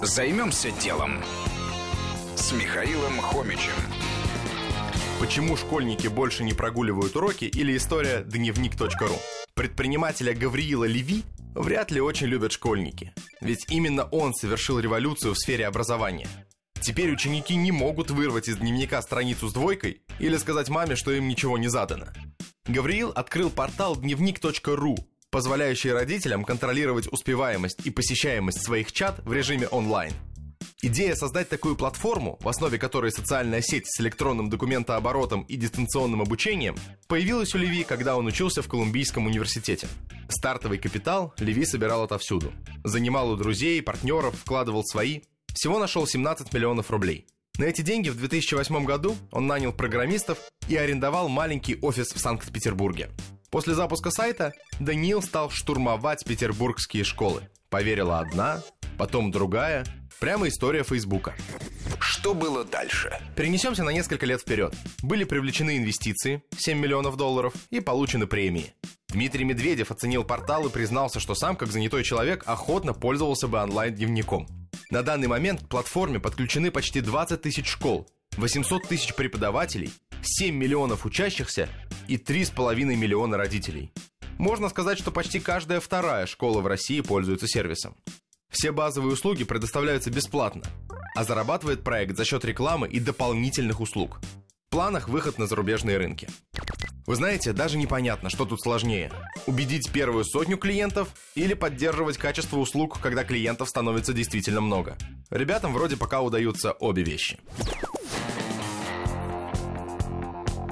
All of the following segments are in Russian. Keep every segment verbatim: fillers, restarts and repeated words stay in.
Займемся делом с Михаилом Хомичем. Почему школьники больше не прогуливают уроки или история дневник точка ру. Предпринимателя Гавриила Леви вряд ли очень любят школьники. Ведь именно он совершил революцию в сфере образования. Теперь ученики не могут вырвать из дневника страницу с двойкой или сказать маме, что им ничего не задано. Гавриил открыл портал дневник точка ру, позволяющий родителям контролировать успеваемость и посещаемость своих чат в режиме онлайн. Идея создать такую платформу, в основе которой социальная сеть с электронным документооборотом и дистанционным обучением, появилась у Леви, когда он учился в Колумбийском университете. Стартовый капитал Леви собирал отовсюду. Занимал у друзей, партнеров, вкладывал свои. Всего нашел семнадцать миллионов рублей. На эти деньги в две тысячи восьмом году он нанял программистов и арендовал маленький офис в Санкт-Петербурге. После запуска сайта Даниил стал штурмовать петербургские школы. Поверила одна, потом другая. Прямо история Фейсбука. Что было дальше? Перенесемся на несколько лет вперед. Были привлечены инвестиции, семь миллионов долларов, и получены премии. Дмитрий Медведев оценил портал и признался, что сам, как занятой человек, охотно пользовался бы онлайн-дневником. На данный момент к платформе подключены почти двадцать тысяч школ, восемьсот тысяч преподавателей, семь миллионов учащихся и три с половиной миллиона родителей. Можно сказать, что почти каждая вторая школа в России пользуется сервисом. Все базовые услуги предоставляются бесплатно, а зарабатывает проект за счет рекламы и дополнительных услуг. В планах выход на зарубежные рынки. Вы знаете, даже непонятно, что тут сложнее. Убедить первую сотню клиентов или поддерживать качество услуг, когда клиентов становится действительно много. Ребятам вроде пока удаются обе вещи.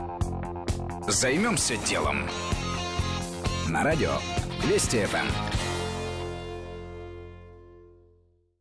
Займемся делом. На радио Вести эф эм.